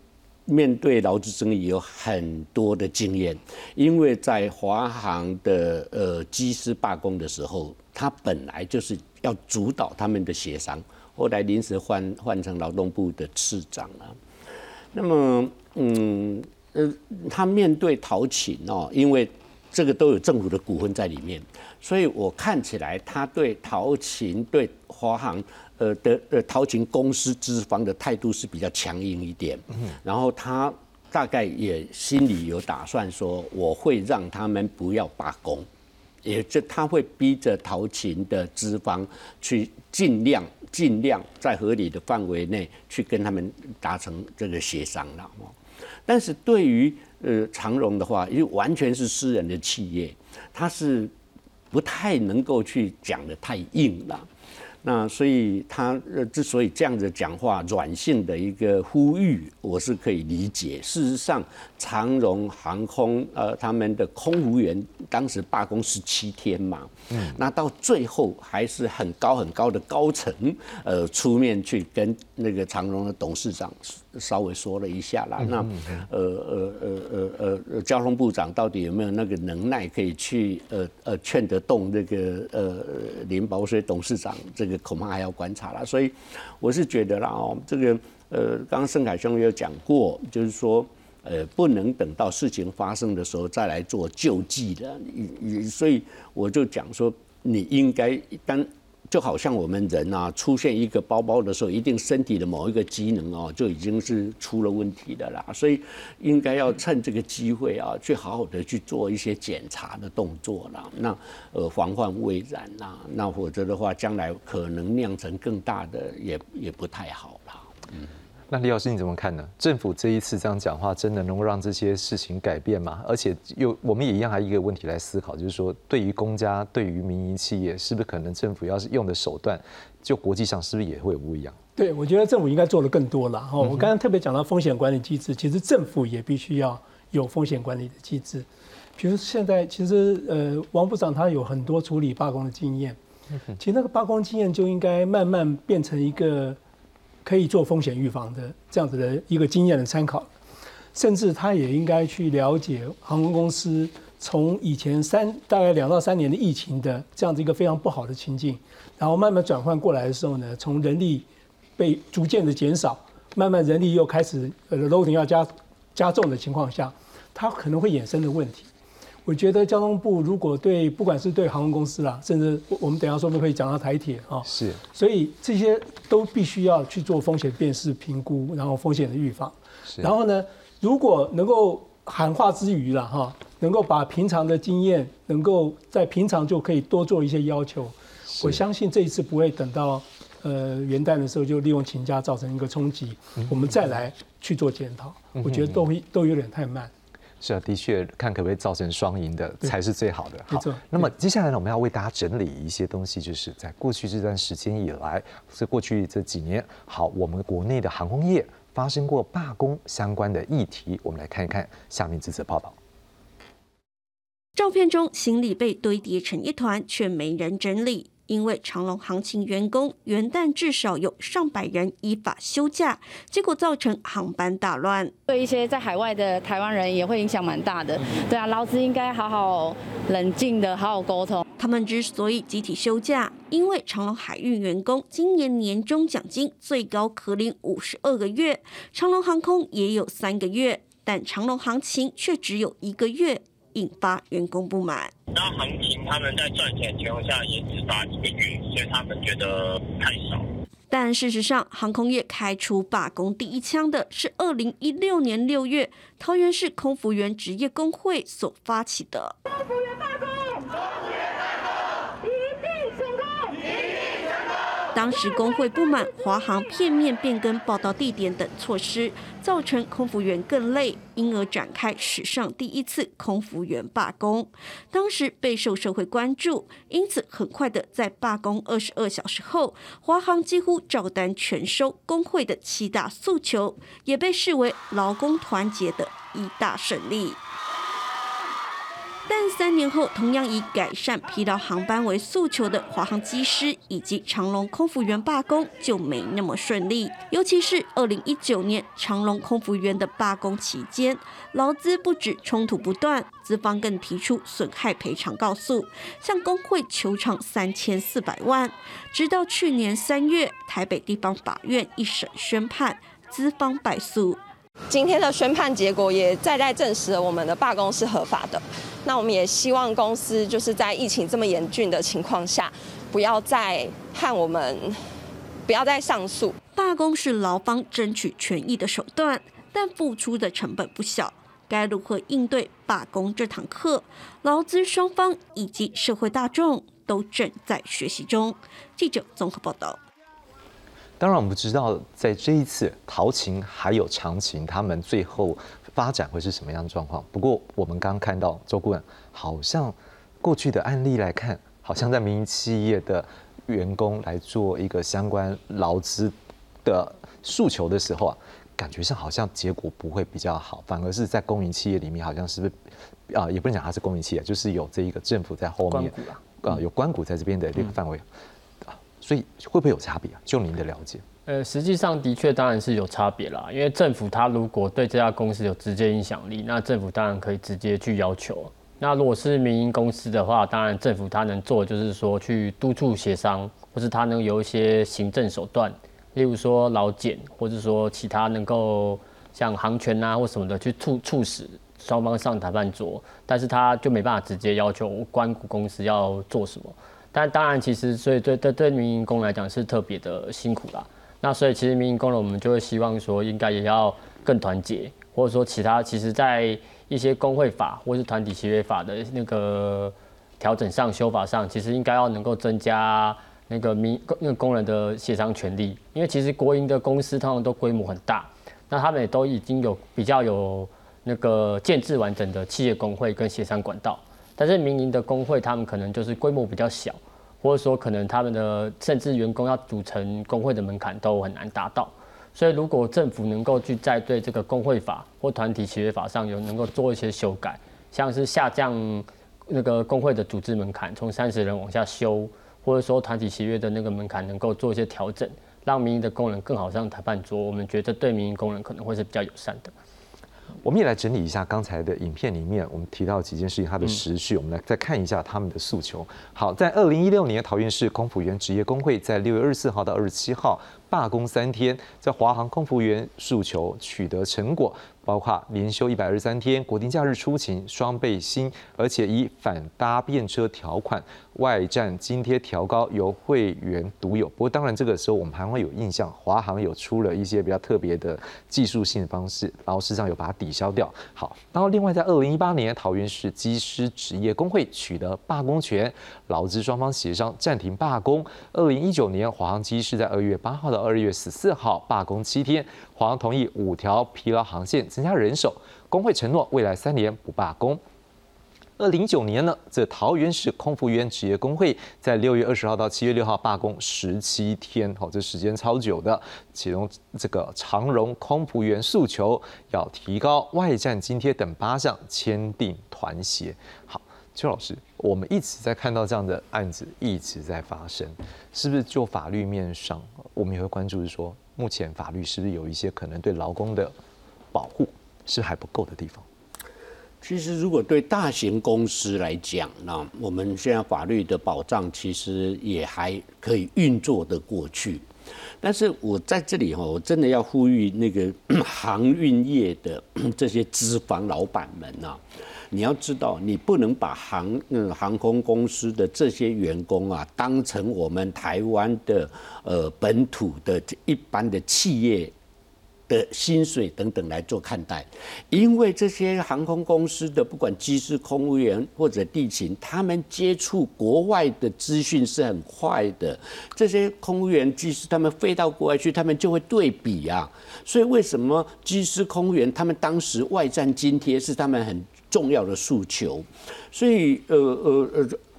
面对劳资争议有很多的经验，因为在华航的机师罢工的时候，他本来就是要主导他们的协商，后来临时换成劳动部的次长了。那么他面对陶勤哦，因为这个都有政府的股份在里面，所以我看起来他对陶勤对华航陶勤公司资方的态度是比较强硬一点，然后他大概也心里有打算说，我会让他们不要罢工，也就他会逼着陶勤的资方去尽量在合理的范围内去跟他们达成这个协商了。但是对于长荣的话，因为完全是私人的企业，他是不太能够去讲得太硬了。那所以他之所以这样子讲话，软性的一个呼吁，我是可以理解。事实上，长荣航空他们的空服员当时罢工17天嘛，那到最后还是很高的高层出面去跟那个长荣的董事长稍微说了一下啦。那交通部长到底有没有那个能耐可以去劝得动那个林保水董事长？这个恐怕还要观察啦。所以我是觉得啦这个刚刚盛凯兄也有讲过，就是说不能等到事情发生的时候再来做救济的。所以我就讲说，你应该就好像我们人啊，出现一个包包的时候，一定身体的某一个机能就已经是出了问题的啦，所以应该要趁这个机会去好好的去做一些检查的动作啦，那防患未然啦，那否则的话，将来可能酿成更大的也不太好啦。 那李老师你怎么看呢？政府这一次这样讲话，真的能够让这些事情改变吗？而且我们也一样还有一个问题来思考，就是说，对于公家、对于民营企业，是不是可能政府要是用的手段，就国际上是不是也会有不一样？ 对，我觉得政府应该做得更多了。我刚刚特别讲到风险管理机制，其实政府也必须要有风险管理的机制。比如现在，其实王部长他有很多处理罢工的经验，其实那个罢工经验就应该慢慢变成一个可以做风险预防的这样子的一个经验的参考，甚至他也应该去了解航空公司从以前大概2到3年的疫情的这样子一个非常不好的情境，然后慢慢转换过来的时候呢，从人力被逐渐的减少，慢慢人力又开始loading 要加重的情况下，它可能会衍生的问题。我觉得交通部如果不管是对航空公司啦，甚至我们等一下说不定可以讲到台铁是， 所以这些都必须要去做风险辨识、评估，然后风险的预防。然后呢，如果能够喊话之余啦能够把平常的经验，能够在平常就可以多做一些要求，我相信这一次不会等到元旦的时候就利用请假造成一个冲击，我们再来去做检讨。我觉得都有点太慢。 是啊，的确看可不可以造成双赢的才是最好的。 好， 那么接下来呢，我们要为大家整理一些东西，就是在过去这段时间以来，在过去这几年，好，我们国内的航空业发生过罢工相关的议题，我们来看一看下面这则报道。 照片中行李被堆叠成一团，却没人整理。因为长荣航勤员工元旦至少有上百人依法休假，结果造成航班大乱。 对一些在海外的台湾人也会影响蛮大的。对啊，劳资应该好好冷静的好好沟通。 他们之所以集体休假，因为长荣海运员工今年年终奖金最高可领52个月，长荣航空也有3个月，但长荣航勤却只有1个月，引发员工不满。 那航勤他们在赚钱的情况下也只发1个月，所以他们觉得太少。 但事实上，航空业开出罢工第一枪的是2016年6月，桃园市空服员职业工会所发起的。空服员罢工，空服员罢工，一定成功，一定成功。当时工会不满华航片面变更报到地点等措施，造成空服员更累，因而展开史上第一次空服员罢工。当时备受社会关注，因此很快的在罢工22小时后，华航几乎照单全收工会的7大诉求，也被视为劳工团结的一大胜利。但 3年后，同样以改善疲劳航班为诉求的华航机师以及长荣空服员罢工就没那么顺利。尤其是2019年长荣空服员的罢工期间，劳资不止冲突不断，资方更提出损害赔偿告诉，向工会求偿3400万。直到去年3月，台北地方法院一审宣判，资方败诉。 今天的宣判结果也再证实了我们的罢工是合法的。那我们也希望公司就是在疫情这么严峻的情况下，不要再上诉。 罢工是劳方争取权益的手段，但付出的成本不小。该如何应对罢工这堂课？劳资双方以及社会大众都正在学习中。记者综合报道。 当然，我们不知道在这一次陶琴还有长琴，他们最后发展会是什么样的状况。不过，我们刚刚看到周顾问，好像过去的案例来看，好像在民营企业的员工来做一个相关劳资的诉求的时候啊，感觉上好像结果不会比较好，反而是在公营企业里面，好像是不是也不能讲它是公营企业，就是有这一个政府在后面，有官股在这边的这个范围。所以会不会有差别啊？就您的了解， 实际上的确当然是有差别啦。因为政府它如果对这家公司有直接影响力，那政府当然可以直接去要求。那如果是民营公司的话，当然政府它能做的就是说去督促协商，或是它能有一些行政手段，例如说劳检，或者说其他能够像航权啊或什么的去促使双方上谈判桌，但是它就没办法直接要求官股公司要做什么。但当然，其实所以对民营工来讲是特别的辛苦啦。那所以其实民营工人我们就会希望说，应该也要更团结，或者说其实在一些工会法或是团体契约法的那个调整上、修法上，其实应该要能够增加那个工人的协商权利。因为其实国营的公司通常都规模很大，那他们也都已经有比较有那个建制完整的企业工会跟协商管道。但是民营的工会，他们可能就是规模比较小，或者说可能他们的甚至员工要组成工会的门槛都很难达到。所以如果政府能够去在对这个工会法或团体契约法上有能够做一些修改，像是下降那个工会的组织门槛，从30人往下修，或者说团体契约的那个门槛能够做一些调整，让民营的工人更好上谈判桌，我们觉得对民营工人可能会是比较友善的。 我们也来整理一下刚才的影片里面，我们提到几件事情，它的时序，我们来再看一下他们的诉求。好，在2016年，桃园市空服员职业工会在6月24号到27号罢工3天，在华航空服员诉求取得成果，包括连休123天，国定假日出勤双倍薪，而且以反搭便车条款、外站津贴调高由会员独有。不过当然这个时候我们还会有印象，华航有出了一些比较特别的技术性的方式，然后事实上有把它抵消掉。好，然后另外在2018年，桃园市机师职业工会取得罢工权，劳资双方协商暂停罢工。2019年，华航机师在2月8号到2月14号罢工7天，华航同意5条疲劳航线增加人手，工会承诺未来3年不罢工。2019年呢，这桃园市空服员职业工会在6月20号到7月6号罢工17天，这时间超久的。其中这个长荣空服员诉求要提高外站津贴等8项签订团协。好，邱老师，我们一直在看到这样的案子一直在发生，是不是就法律面上，我们也会关注是说，目前法律是不是有一些可能对劳工的保护是还不够的地方？ 其实，如果对大型公司来讲，那我们现在法律的保障其实也还可以运作的过去。但是我在这里我真的要呼吁那个航运业的这些资方老板们啊，你要知道，你不能把航空公司的这些员工啊，当成我们台湾的本土的一般的企业的薪水等等来做看待，因为这些航空公司的不管机师、空服员或者地勤，他们接触国外的资讯是很快的。这些空服员、机师他们飞到国外去，他们就会对比啊。所以为什么机师、空服员他们当时外站津贴是他们很重要的诉求？所以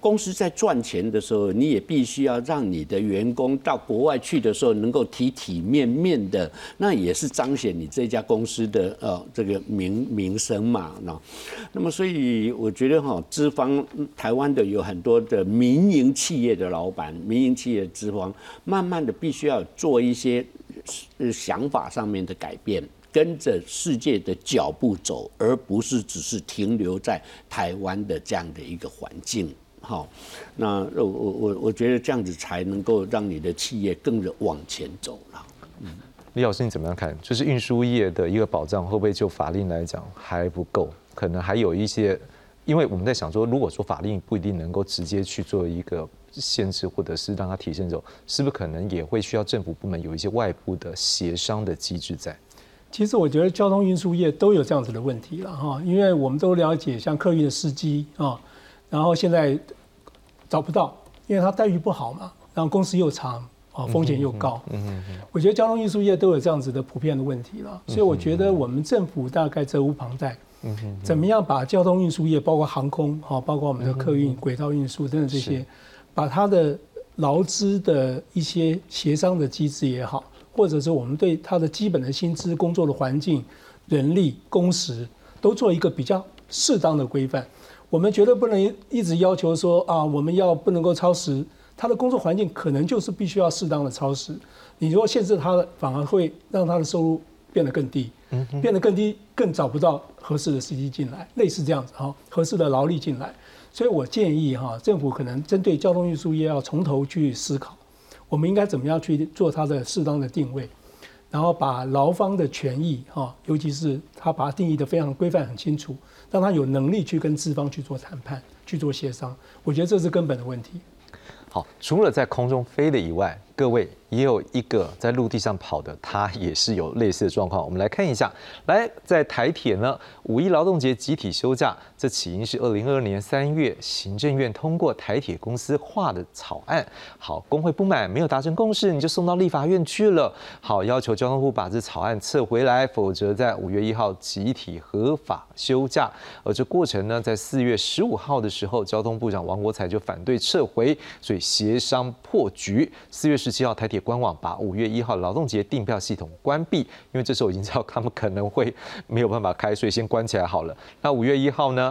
公司在赚钱的时候，你也必须要让你的员工到国外去的时候能够体体面面的，那也是彰显你这家公司的这个名声嘛。那么所以我觉得资方台湾的有很多的民营企业的老板、民营企业的资方，慢慢的必须要做一些想法上面的改变。跟着世界的脚步走，而不是只是停留在台湾的这样的一个环境。好，那我觉得这样子才能够让你的企业更往前走了。 李老师，你怎么样看？就是运输业的一个保障，会不会就法令来讲还不够？可能还有一些，因为我们在想说，如果说法令不一定能够直接去做一个限制，或者是让它提升走，是不是可能也会需要政府部门有一些外部的协商的机制在？ 其实我觉得交通运输业都有这样子的问题了哈，因为我们都了解，像客运的司机啊，然后现在找不到，因为他待遇不好嘛，然后工时又长啊，风险又高。我觉得交通运输业都有这样子的普遍的问题了，所以我觉得我们政府大概责无旁贷。怎么样把交通运输业，包括航空哈，包括我们的客运、轨道运输等等这些，把它的劳资的一些协商的机制也好。或者是我们对他的基本的薪资、工作的环境、人力、工时，都做一个比较适当的规范。我们绝对不能一直要求说啊，我们不能够超时，他的工作环境可能就是必须要适当的超时。你如果限制他，反而会让他的收入变得更低，变得更低，更找不到合适的司机进来，类似这样子哈，合适的劳力进来。所以我建议哈，政府可能针对交通运输业要从头去思考。我们应该怎么样去做它的适当的定位，然后把劳方的权益尤其是他把它定义的非常规范很清楚，让他有能力去跟资方去做谈判、去做协商。我觉得这是根本的问题。 好，除了在空中飞的以外，各位也有一个在陆地上跑的，它也是有类似的状况。我们来看一下，在台铁呢，5·1劳动节集体休假，这起因是2022年3月行政院通过台铁公司化的草案。好，工会不满，没有达成共识，你就送到立法院去了。好，要求交通部把这草案撤回来，否则在5月1号集体合法休假。而这过程呢，在4月15号的时候，交通部长王国材就反对撤回，所以协商破局。4月17号，台铁官网把5月1号劳动节订票系统关闭，因为这时候已经知道他们可能会没有办法开，所以先关起来好了。那5月1号呢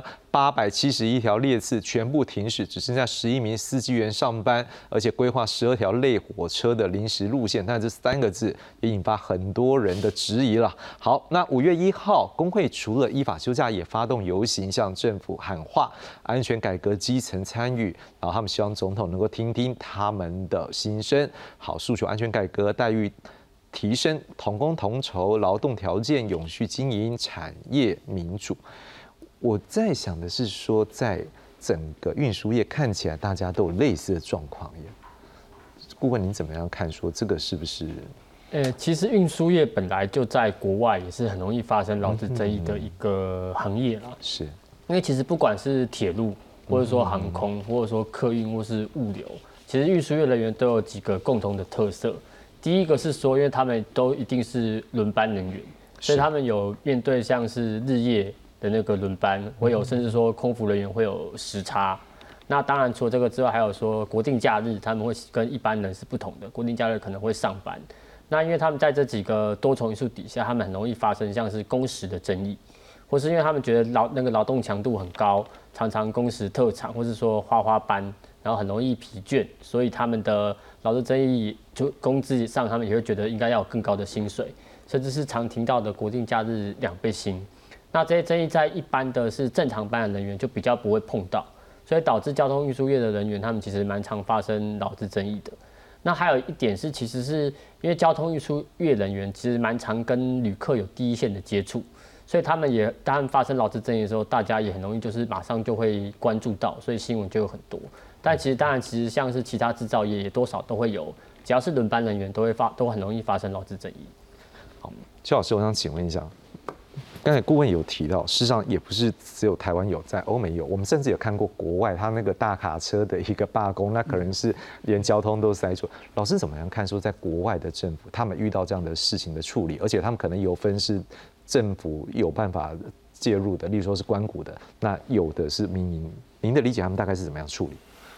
，871条列次全部停驶，只剩下11名司机员上班，而且规划12条类火车的临时路线。但这3个字也引发很多人的质疑了。好，那5月1号，工会除了依法休假，也发动游行，向政府喊话，安全改革基层参与，然后他们希望总统能够听听他们的心声。好，诉求安全改革、待遇提升、同工同酬、劳动条件、永续经营、产业民主。我在想的是说，在整个运输业看起来大家都有类似的状况耶。顾问，你怎么样看？说这个是不是？ 其实运输业本来就在国外也是很容易发生劳资争议的一个行业啦。 是， 因为其实不管是铁路，或者说航空，或者说客运，或是物流，其实运输业人员都有几个共同的特色。第一个是说，因为他们都一定是轮班人员，所以他们有面对像是日夜的那个轮班，会有甚至说空服人员会有时差。那当然除了这个之外，还有说国定假日，他们会跟一般人是不同的。国定假日可能会上班。那因为他们在这几个多重因素底下，他们很容易发生像是工时的争议，或是因为他们觉得劳动强度很高，常常工时特长，或是说花班，然后很容易疲倦，所以他们的劳资争议就工资上，他们也会觉得应该要有更高的薪水，甚至是常听到的国定假日2倍薪。那这些争议在一般的是正常班的人员就比较不会碰到，所以导致交通运输业的人员他们其实蛮常发生劳资争议的。那还有一点是，其实是因为交通运输业人员其实蛮常跟旅客有第一线的接触，所以他们当然发生劳资争议的时候，大家也很容易就是马上就会关注到，所以新闻就有很多。但其实像是其他制造业也多少都会有，只要是轮班人员都很容易发生劳资争议。 好，邱老师，我想请问一下。刚才顾问有提到，事实上也不是只有台湾有，在欧美有。我们甚至有看过国外他那个大卡车的一个罢工，那可能是连交通都塞住。老师怎么样看说，在国外的政府，他们遇到这样的事情的处理，而且他们可能有分是政府有办法介入的，例如说是官股的，那有的是民营。您的理解，他们大概是怎么样处理？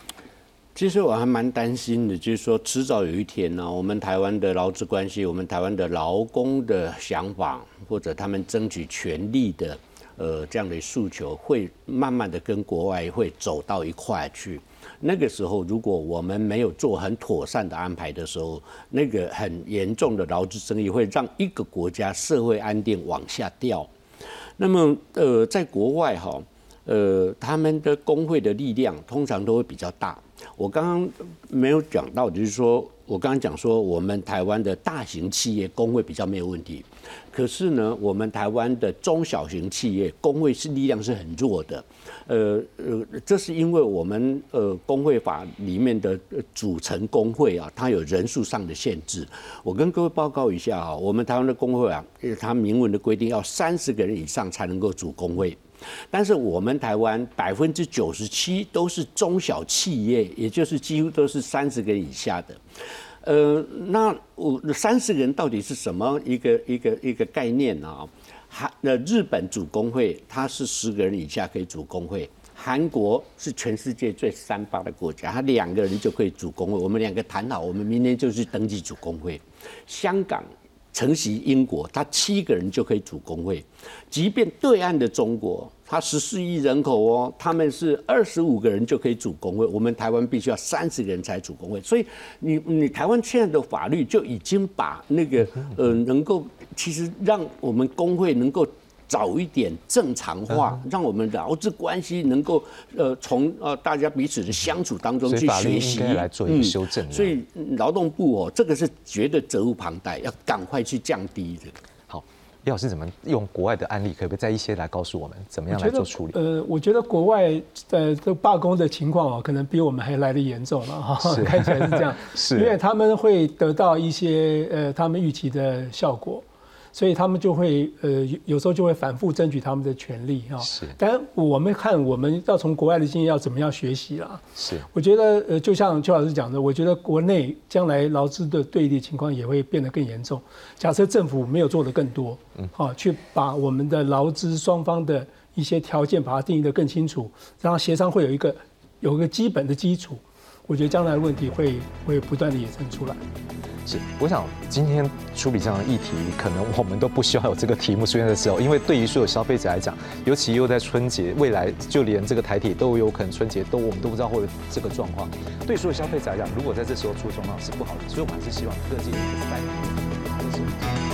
其实我还蛮担心的，就是说迟早有一天呢，我们台湾的劳资关系，我们台湾的劳工的想法，或者他们争取权利的这样的诉求，会慢慢的跟国外会走到一块去。那个时候，如果我们没有做很妥善的安排的时候，那个很严重的劳资争议会让一个国家社会安定往下掉。那么在国外哈，他们的工会的力量通常都会比较大。我刚刚没有讲到，就是说我刚刚讲说，我们台湾的大型企业工会比较没有问题，可是呢，我们台湾的中小型企业工会力量是很弱的。这是因为我们工会法里面的组成工会啊，它有人数上的限制。我跟各位报告一下啊，我们台湾的工会啊，它明文的规定要30个人以上才能够组工会。但是我们台湾97%都是中小企业，也就是几乎都是30个人以下的。那30个人到底是什么一个概念啊？日本组工会，它是10个人以下可以组工会。韩国是全世界最三八的国家，他2个人就可以组工会。我们2个谈好，我们明年就去登记组工会。香港承袭英国，他7个人就可以组工会。即便对岸的中国，他14亿人口哦，他们是25个人就可以组工会，我们台湾必须要30个人才组工会。所以你台湾现在的法律就已经把那个能够其实让我们工会能够早一点正常化，让我们劳资关系能够从大家彼此的相处当中去学习， 应该来做一个修正。 所以劳动部这个是绝对责无旁贷，要赶快去降低的。 好，李老师怎么用国外的案例，可不可以再一些来告诉我们怎么样来做处理？ 我觉得国外的这罢工的情况可能比我们还来得严重了哈，看起来是这样，因为他们会得到一些他们预期的效果。所以他们就会有时候就会反复争取他们的权利啊。是。但我们看我们要从国外的经验要怎么样学习啦。是。我觉得就像邱老师讲的，我觉得国内将来劳资的对立情况也会变得更严重。假设政府没有做得更多，去把我们的劳资双方的一些条件把它定义得更清楚，让协商会有一个基本的基础。我觉得将来的问题会不断的衍生出来。 是，我想今天处理这样的议题，可能我们都不需要有这个题目出现的时候，因为对于所有消费者来讲，尤其又在春节，未来就连这个台铁都有可能春节我们都不知道会有这个状况。对所有消费者来讲，如果在这时候出状况是不好的，所以我们还是希望各界有一个3年的